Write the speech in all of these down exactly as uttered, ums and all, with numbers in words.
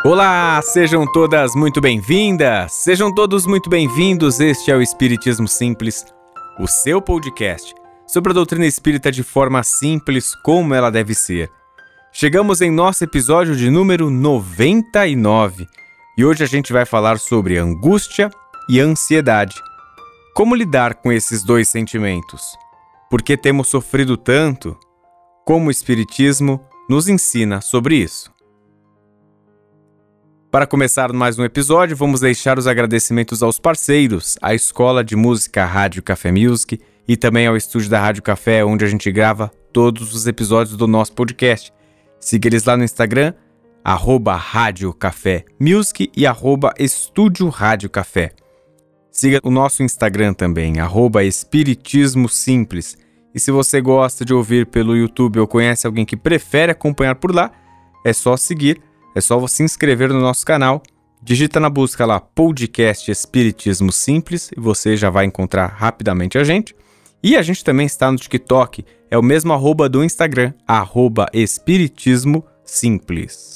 Olá, sejam todas muito bem-vindas, sejam todos muito bem-vindos. Este é o Espiritismo Simples, o seu podcast sobre a doutrina espírita de forma simples, como ela deve ser. Chegamos em nosso episódio de número noventa e nove e hoje a gente vai falar sobre angústia e ansiedade. Como lidar com esses dois sentimentos? Por que temos sofrido tanto? Como o Espiritismo nos ensina sobre isso? Para começar mais um episódio, vamos deixar os agradecimentos aos parceiros, à Escola de Música Rádio Café Music e também ao estúdio da Rádio Café, onde a gente grava todos os episódios do nosso podcast. Siga eles lá no Instagram, arroba Rádio Café Music e arroba Estúdio Rádio Café. Siga o nosso Instagram também, arroba Espiritismo Simples. E se você gosta de ouvir pelo YouTube ou conhece alguém que prefere acompanhar por lá, é só seguir. É só você se inscrever no nosso canal, digita na busca lá Podcast Espiritismo Simples e você já vai encontrar rapidamente a gente. E a gente também está no TikTok, é o mesmo arroba do Instagram, arroba Espiritismo Simples.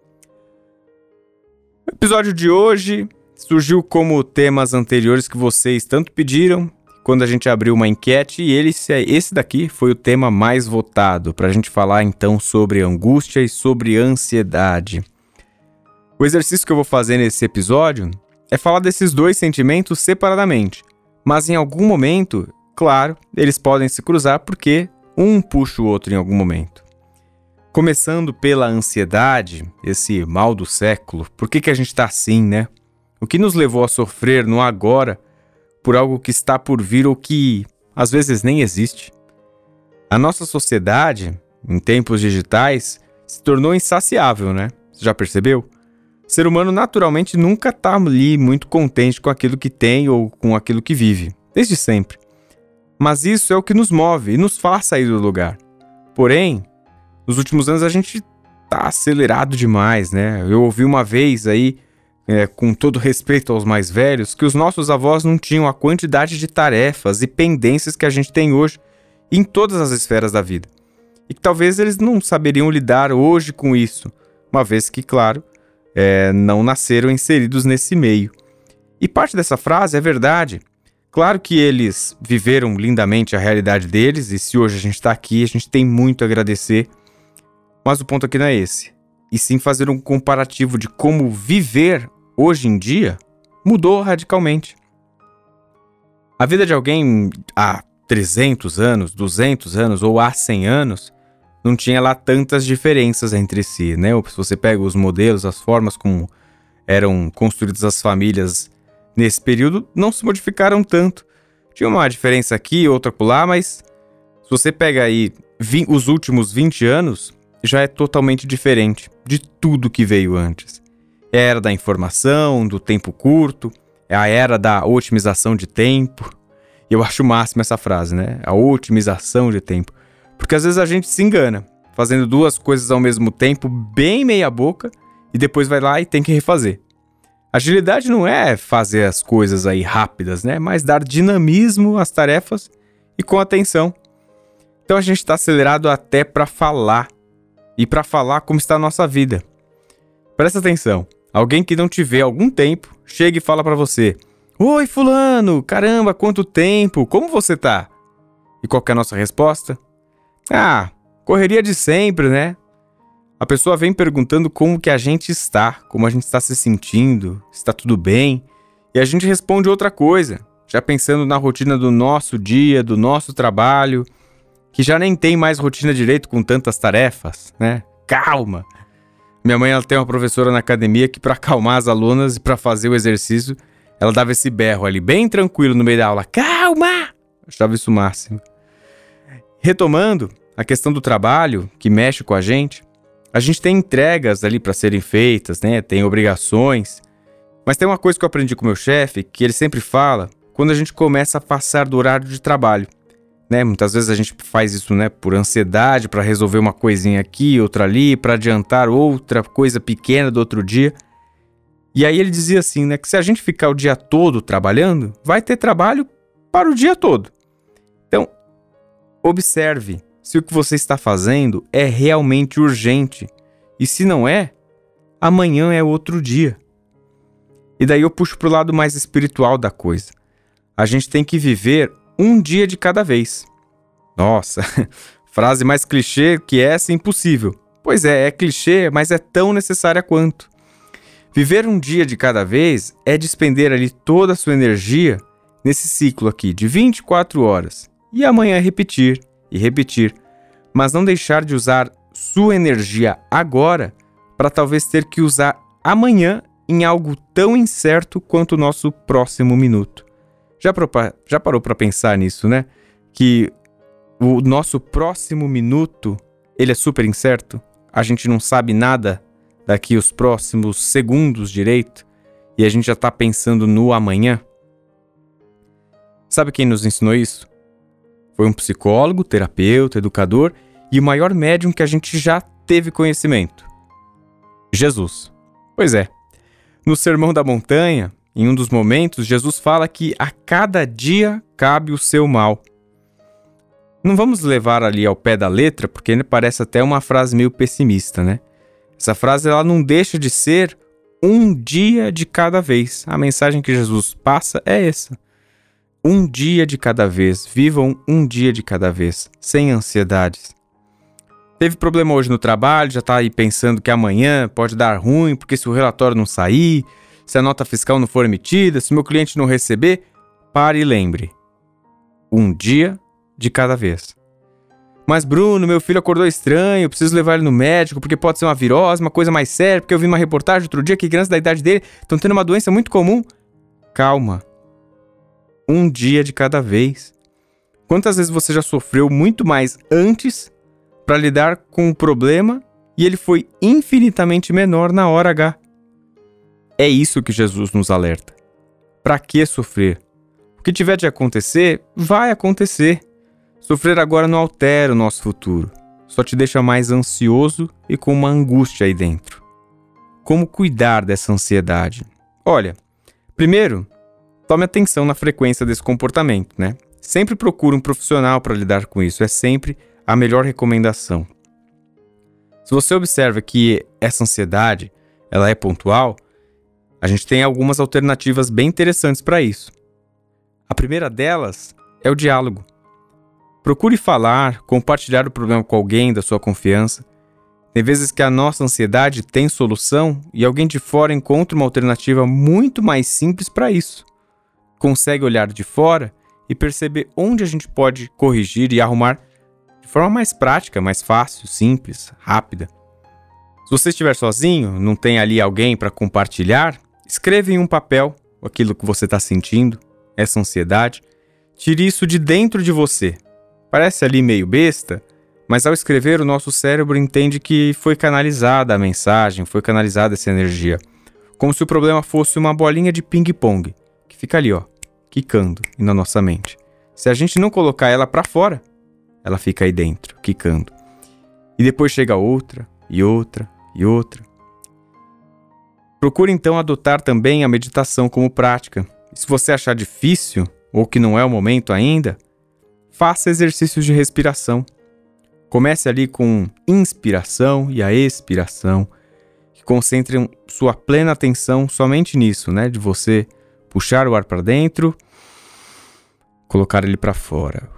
O episódio de hoje surgiu como temas anteriores que vocês tanto pediram, quando a gente abriu uma enquete, e ele, esse daqui foi o tema mais votado, para a gente falar então sobre angústia e sobre ansiedade. O exercício que eu vou fazer nesse episódio é falar desses dois sentimentos separadamente, mas em algum momento, claro, eles podem se cruzar porque um puxa o outro em algum momento. Começando pela ansiedade, esse mal do século, por que que a gente está assim, né? O que nos levou a sofrer no agora por algo que está por vir ou que às vezes nem existe? A nossa sociedade, em tempos digitais, se tornou insaciável, né? Você já percebeu? O ser humano naturalmente nunca está ali muito contente com aquilo que tem ou com aquilo que vive, desde sempre. Mas isso é o que nos move e nos faz sair do lugar. Porém, nos últimos anos a gente está acelerado demais, né? Eu ouvi uma vez aí, É, com todo respeito aos mais velhos, que os nossos avós não tinham a quantidade de tarefas e pendências que a gente tem hoje em todas as esferas da vida. E que talvez eles não saberiam lidar hoje com isso, uma vez que, claro, é, não nasceram inseridos nesse meio. E parte dessa frase é verdade. Claro que eles viveram lindamente a realidade deles, e se hoje a gente está aqui, a gente tem muito a agradecer. Mas o ponto aqui não é esse. E sim fazer um comparativo de como viver hoje em dia mudou radicalmente. A vida de alguém há trezentos anos, duzentos anos ou há cem anos não tinha lá tantas diferenças entre si, né? Se você pega os modelos, as formas como eram construídas as famílias nesse período, não se modificaram tanto. Tinha uma diferença aqui, outra acolá, mas se você pega aí os últimos vinte anos, já é totalmente diferente de tudo que veio antes. É a era da informação, do tempo curto, é a era da otimização de tempo. E eu acho o máximo essa frase, né? A otimização de tempo. Porque às vezes a gente se engana, fazendo duas coisas ao mesmo tempo, bem meia boca, e depois vai lá e tem que refazer. Agilidade não é fazer as coisas aí rápidas, né? Mas dar dinamismo às tarefas e com atenção. Então a gente está acelerado até para falar. E para falar como está a nossa vida. Presta atenção. Alguém que não te vê há algum tempo, chega e fala para você: "Oi, fulano, caramba, quanto tempo, como você tá?" E qual que é a nossa resposta? "Ah, correria de sempre, né?" A pessoa vem perguntando como que a gente está, como a gente está se sentindo, se está tudo bem, e a gente responde outra coisa, já pensando na rotina do nosso dia, do nosso trabalho, que já nem tem mais rotina direito com tantas tarefas, né? Calma! Minha mãe, ela tem uma professora na academia que, para acalmar as alunas e para fazer o exercício, ela dava esse berro ali, bem tranquilo no meio da aula. Calma! Eu achava isso o máximo. Retomando a questão do trabalho, que mexe com a gente, a gente tem entregas ali para serem feitas, né? Tem obrigações. Mas tem uma coisa que eu aprendi com o meu chefe, que ele sempre fala, quando a gente começa a passar do horário de trabalho. Né? Muitas vezes a gente faz isso, né, por ansiedade, para resolver uma coisinha aqui, outra ali, para adiantar outra coisa pequena do outro dia. E aí ele dizia assim, né, que se a gente ficar o dia todo trabalhando, vai ter trabalho para o dia todo. Então, observe se o que você está fazendo é realmente urgente. E se não é, amanhã é outro dia. E daí eu puxo pro lado mais espiritual da coisa. A gente tem que viver um dia de cada vez. Nossa, frase mais clichê que essa é impossível. Pois é, é clichê, mas é tão necessária quanto. Viver um dia de cada vez é despender ali toda a sua energia nesse ciclo aqui de vinte e quatro horas. E amanhã repetir e repetir. Mas não deixar de usar sua energia agora para talvez ter que usar amanhã em algo tão incerto quanto o nosso próximo minuto. Já, pro, já parou para pensar nisso, né? Que o nosso próximo minuto, ele é super incerto. A gente não sabe nada daqui os próximos segundos direito. E a gente já está pensando no amanhã. Sabe quem nos ensinou isso? Foi um psicólogo, terapeuta, educador e o maior médium que a gente já teve conhecimento. Jesus. Pois é. No Sermão da Montanha, em um dos momentos, Jesus fala que a cada dia cabe o seu mal. Não vamos levar ali ao pé da letra, porque parece até uma frase meio pessimista, né? Essa frase ela não deixa de ser um dia de cada vez. A mensagem que Jesus passa é essa. Um dia de cada vez. Vivam um dia de cada vez, sem ansiedades. Teve problema hoje no trabalho, já está aí pensando que amanhã pode dar ruim, porque se o relatório não sair, se a nota fiscal não for emitida, se o meu cliente não receber, pare e lembre. Um dia de cada vez. Mas Bruno, meu filho acordou estranho, preciso levar ele no médico, porque pode ser uma virose, uma coisa mais séria, porque eu vi uma reportagem outro dia que crianças da idade dele estão tendo uma doença muito comum. Calma. Um dia de cada vez. Quantas vezes você já sofreu muito mais antes para lidar com o problema e ele foi infinitamente menor na hora H? É isso que Jesus nos alerta. Para que sofrer? O que tiver de acontecer, vai acontecer. Sofrer agora não altera o nosso futuro. Só te deixa mais ansioso e com uma angústia aí dentro. Como cuidar dessa ansiedade? Olha, primeiro, tome atenção na frequência desse comportamento, né? Sempre procure um profissional para lidar com isso. É sempre a melhor recomendação. Se você observa que essa ansiedade ela é pontual, a gente tem algumas alternativas bem interessantes para isso. A primeira delas é o diálogo. Procure falar, compartilhar o problema com alguém da sua confiança. Tem vezes que a nossa ansiedade tem solução e alguém de fora encontra uma alternativa muito mais simples para isso. Consegue olhar de fora e perceber onde a gente pode corrigir e arrumar de forma mais prática, mais fácil, simples, rápida. Se você estiver sozinho, não tem ali alguém para compartilhar, escreva em um papel aquilo que você está sentindo, essa ansiedade. Tire isso de dentro de você. Parece ali meio besta, mas ao escrever o nosso cérebro entende que foi canalizada a mensagem, foi canalizada essa energia. Como se o problema fosse uma bolinha de ping-pong, que fica ali, ó, quicando na nossa mente. Se a gente não colocar ela para fora, ela fica aí dentro, quicando. E depois chega outra, e outra, e outra. Procure então adotar também a meditação como prática. E se você achar difícil, ou que não é o momento ainda, faça exercícios de respiração. Comece ali com inspiração e a expiração, que concentrem sua plena atenção somente nisso, né? De você puxar o ar para dentro, colocar ele para fora.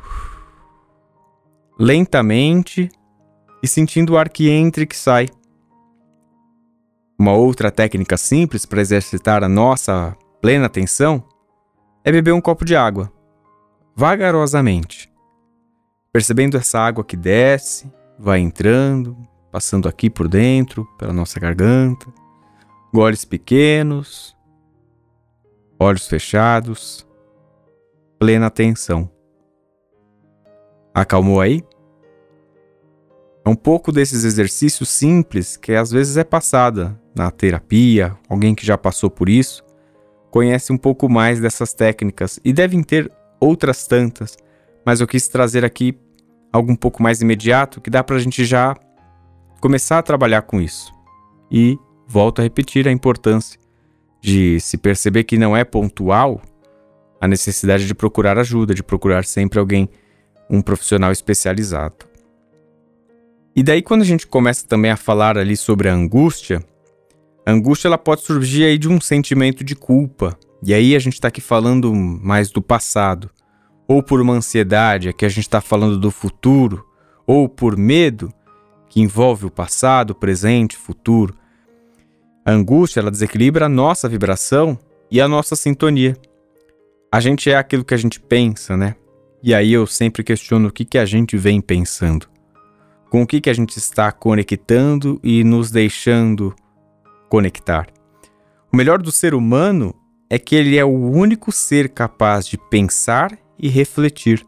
Lentamente e sentindo o ar que entra e que sai. Uma outra técnica simples para exercitar a nossa plena atenção é beber um copo de água, vagarosamente, percebendo essa água que desce, vai entrando, passando aqui por dentro, pela nossa garganta, goles pequenos, olhos fechados, plena atenção. Acalmou aí? É um pouco desses exercícios simples que às vezes é passada na terapia, alguém que já passou por isso, conhece um pouco mais dessas técnicas e devem ter outras tantas, mas eu quis trazer aqui algo um pouco mais imediato que dá pra gente já começar a trabalhar com isso. E volto a repetir a importância de se perceber que não é pontual a necessidade de procurar ajuda, de procurar sempre alguém, um profissional especializado. E daí quando a gente começa também a falar ali sobre a angústia, A angústia ela pode surgir aí de um sentimento de culpa. E aí a gente está aqui falando mais do passado. Ou por uma ansiedade, aqui a gente está falando do futuro. Ou por medo, que envolve o passado, o presente, o futuro. A angústia ela desequilibra a nossa vibração e a nossa sintonia. A gente é aquilo que a gente pensa, né? E aí eu sempre questiono o que, que a gente vem pensando. Com o que, que a gente está conectando e nos deixando conectar. O melhor do ser humano é que ele é o único ser capaz de pensar e refletir.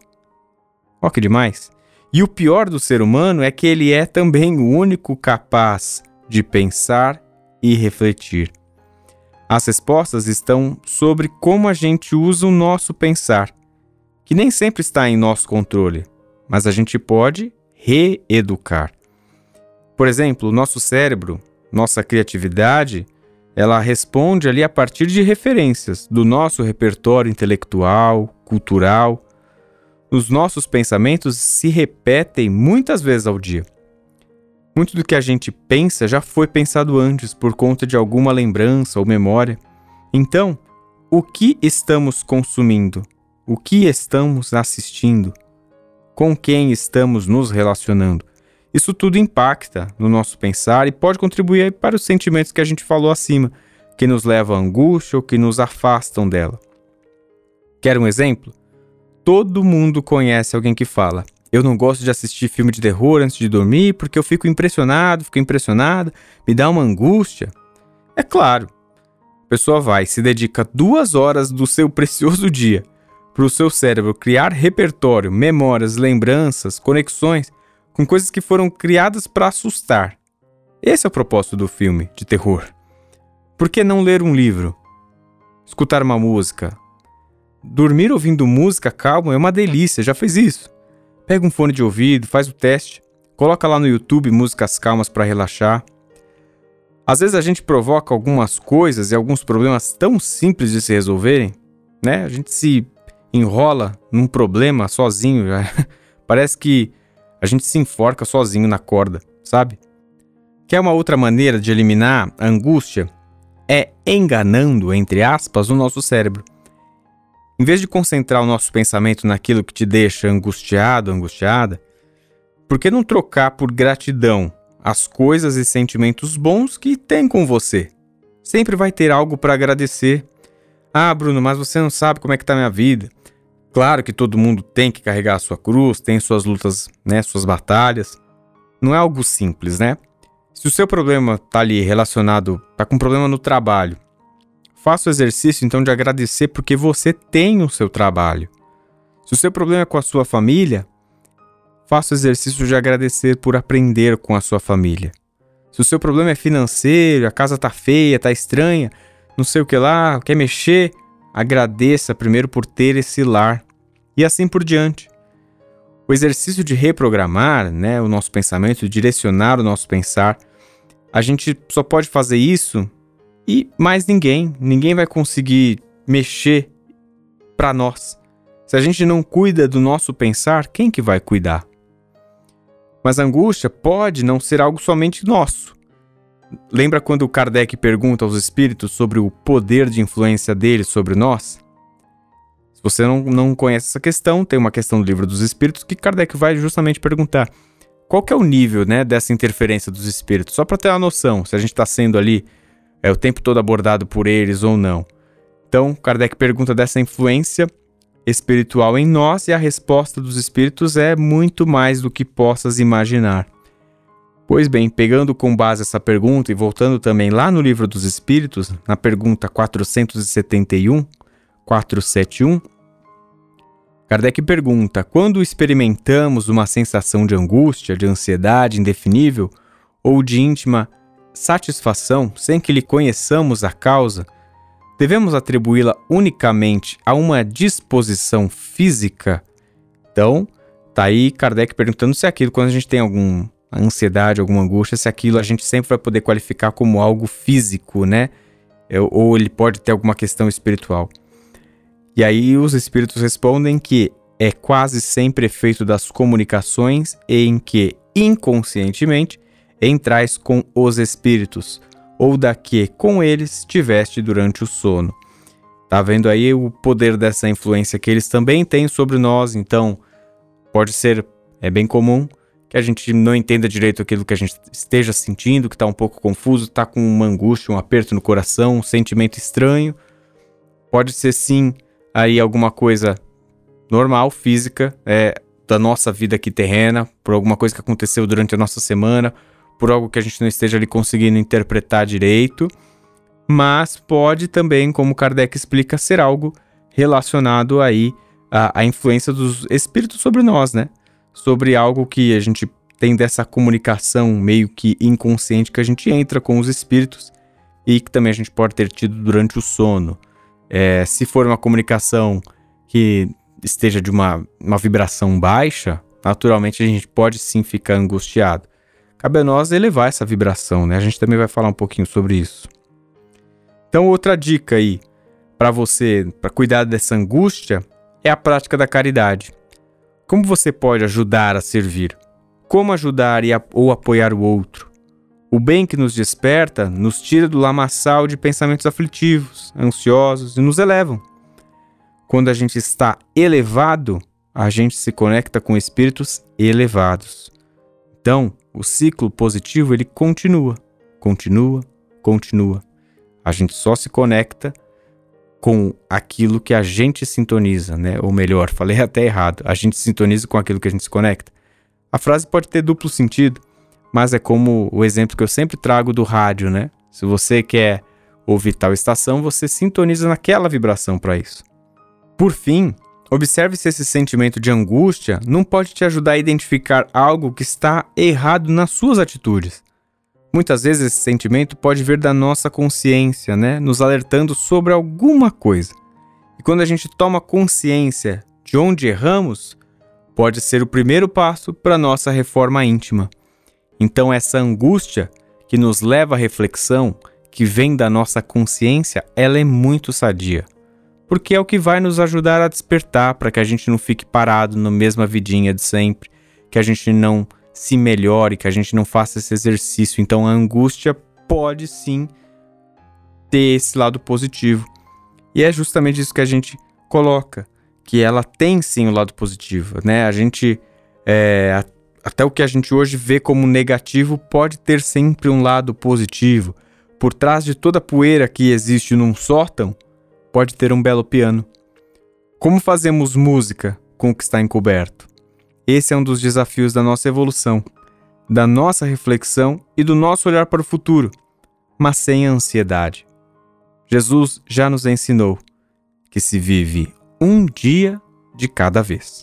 Ó que demais! E o pior do ser humano é que ele é também o único capaz de pensar e refletir. As respostas estão sobre como a gente usa o nosso pensar, que nem sempre está em nosso controle, mas a gente pode reeducar. Por exemplo, o nosso cérebro, nossa criatividade, ela responde ali a partir de referências do nosso repertório intelectual, cultural. Os nossos pensamentos se repetem muitas vezes ao dia. Muito do que a gente pensa já foi pensado antes por conta de alguma lembrança ou memória. Então, o que estamos consumindo? O que estamos assistindo? Com quem estamos nos relacionando? Isso tudo impacta no nosso pensar e pode contribuir para os sentimentos que a gente falou acima, que nos levam à angústia ou que nos afastam dela. Quer um exemplo? Todo mundo conhece alguém que fala: eu não gosto de assistir filme de terror antes de dormir porque eu fico impressionado, fico impressionada, me dá uma angústia. É claro, a pessoa vai, se dedica duas horas do seu precioso dia para o seu cérebro criar repertório, memórias, lembranças, conexões com coisas que foram criadas para assustar. Esse é o propósito do filme de terror. Por que não ler um livro? Escutar uma música? Dormir ouvindo música calma é uma delícia, já fez isso? Pega um fone de ouvido, faz o teste, coloca lá no YouTube músicas calmas para relaxar. Às vezes a gente provoca algumas coisas e alguns problemas tão simples de se resolverem, né? A gente se enrola num problema sozinho, já. Parece que a gente se enforca sozinho na corda, sabe? Quer uma outra maneira de eliminar a angústia? É enganando, entre aspas, o nosso cérebro. Em vez de concentrar o nosso pensamento naquilo que te deixa angustiado, angustiada, por que não trocar por gratidão as coisas e sentimentos bons que tem com você? Sempre vai ter algo para agradecer. Ah, Bruno, mas você não sabe como é que está a minha vida. Claro que todo mundo tem que carregar a sua cruz, tem suas lutas, né, suas batalhas. Não é algo simples, né? Se o seu problema está ali relacionado, está com um problema no trabalho, faça o exercício, então, de agradecer porque você tem o seu trabalho. Se o seu problema é com a sua família, faça o exercício de agradecer por aprender com a sua família. Se o seu problema é financeiro, a casa tá feia, tá estranha, não sei o que lá, quer mexer, agradeça primeiro por ter esse lar. E assim por diante. O exercício de reprogramar, né, o nosso pensamento, direcionar o nosso pensar, a gente só pode fazer isso e mais ninguém. Ninguém vai conseguir mexer para nós. Se a gente não cuida do nosso pensar, quem que vai cuidar? Mas a angústia pode não ser algo somente nosso. Lembra quando Kardec pergunta aos espíritos sobre o poder de influência deles sobre nós? Se você não, não conhece essa questão, tem uma questão do Livro dos Espíritos que Kardec vai justamente perguntar qual que é o nível, né, dessa interferência dos espíritos, só para ter uma noção se a gente está sendo ali é, o tempo todo abordado por eles ou não. Então, Kardec pergunta dessa influência espiritual em nós e a resposta dos espíritos é muito mais do que possas imaginar. Pois bem, pegando com base essa pergunta e voltando também lá no Livro dos Espíritos, na pergunta quatrocentos e setenta e um, quatrocentos e setenta e um, Kardec pergunta: quando experimentamos uma sensação de angústia, de ansiedade indefinível ou de íntima satisfação sem que lhe conheçamos a causa, devemos atribuí-la unicamente a uma disposição física? Então, tá aí Kardec perguntando se aquilo, quando a gente tem alguma ansiedade, alguma angústia, se aquilo a gente sempre vai poder qualificar como algo físico, né? Ou ele pode ter alguma questão espiritual. E aí os espíritos respondem que é quase sempre efeito das comunicações em que, inconscientemente, entrais com os espíritos, ou da que com eles tiveste durante o sono. Tá vendo aí o poder dessa influência que eles também têm sobre nós? Então, pode ser, é bem comum que a gente não entenda direito aquilo que a gente esteja sentindo, que está um pouco confuso, está com uma angústia, um aperto no coração, um sentimento estranho. Pode ser sim aí alguma coisa normal, física, é, da nossa vida aqui terrena, por alguma coisa que aconteceu durante a nossa semana, por algo que a gente não esteja ali conseguindo interpretar direito. Mas pode também, como Kardec explica, ser algo relacionado aí à, à influência dos espíritos sobre nós, né? Sobre algo que a gente tem dessa comunicação meio que inconsciente que a gente entra com os espíritos e que também a gente pode ter tido durante o sono. É, se for uma comunicação que esteja de uma, uma vibração baixa, naturalmente a gente pode sim ficar angustiado. Cabe a nós elevar essa vibração, né? A gente também vai falar um pouquinho sobre isso. Então, outra dica aí para você, para cuidar dessa angústia, é a prática da caridade. Como você pode ajudar a servir? Como ajudar e a, ou apoiar o outro? O bem que nos desperta nos tira do lamaçal de pensamentos aflitivos, ansiosos e nos elevam. Quando a gente está elevado, a gente se conecta com espíritos elevados. Então, o ciclo positivo ele continua, continua, continua. A gente só se conecta com aquilo que a gente sintoniza, né? Ou melhor, falei até errado. A gente sintoniza com aquilo que a gente se conecta. A frase pode ter duplo sentido, mas é como o exemplo que eu sempre trago do rádio, né? Se você quer ouvir tal estação, você sintoniza naquela vibração para isso. Por fim, observe se esse sentimento de angústia não pode te ajudar a identificar algo que está errado nas suas atitudes. Muitas vezes esse sentimento pode vir da nossa consciência, né? Nos alertando sobre alguma coisa. E quando a gente toma consciência de onde erramos, pode ser o primeiro passo para a nossa reforma íntima. Então essa angústia que nos leva à reflexão, que vem da nossa consciência, ela é muito sadia. Porque é o que vai nos ajudar a despertar para que a gente não fique parado na mesma vidinha de sempre, que a gente não se melhore, que a gente não faça esse exercício. Então a angústia pode sim ter esse lado positivo. E é justamente isso que a gente coloca, que ela tem sim o lado positivo, né? A gente, é, até o que a gente hoje vê como negativo pode ter sempre um lado positivo. Por trás de toda a poeira que existe num sótão, pode ter um belo piano. Como fazemos música com o que está encoberto? Esse é um dos desafios da nossa evolução, da nossa reflexão e do nosso olhar para o futuro, mas sem a ansiedade. Jesus já nos ensinou que se vive um dia de cada vez.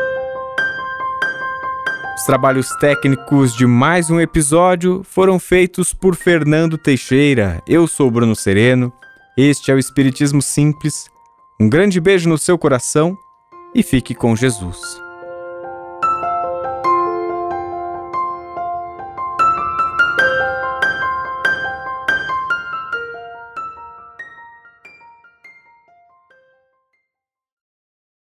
Os trabalhos técnicos de mais um episódio foram feitos por Fernando Teixeira. Eu sou Bruno Sereno, este é o Espiritismo Simples. Um grande beijo no seu coração e fique com Jesus.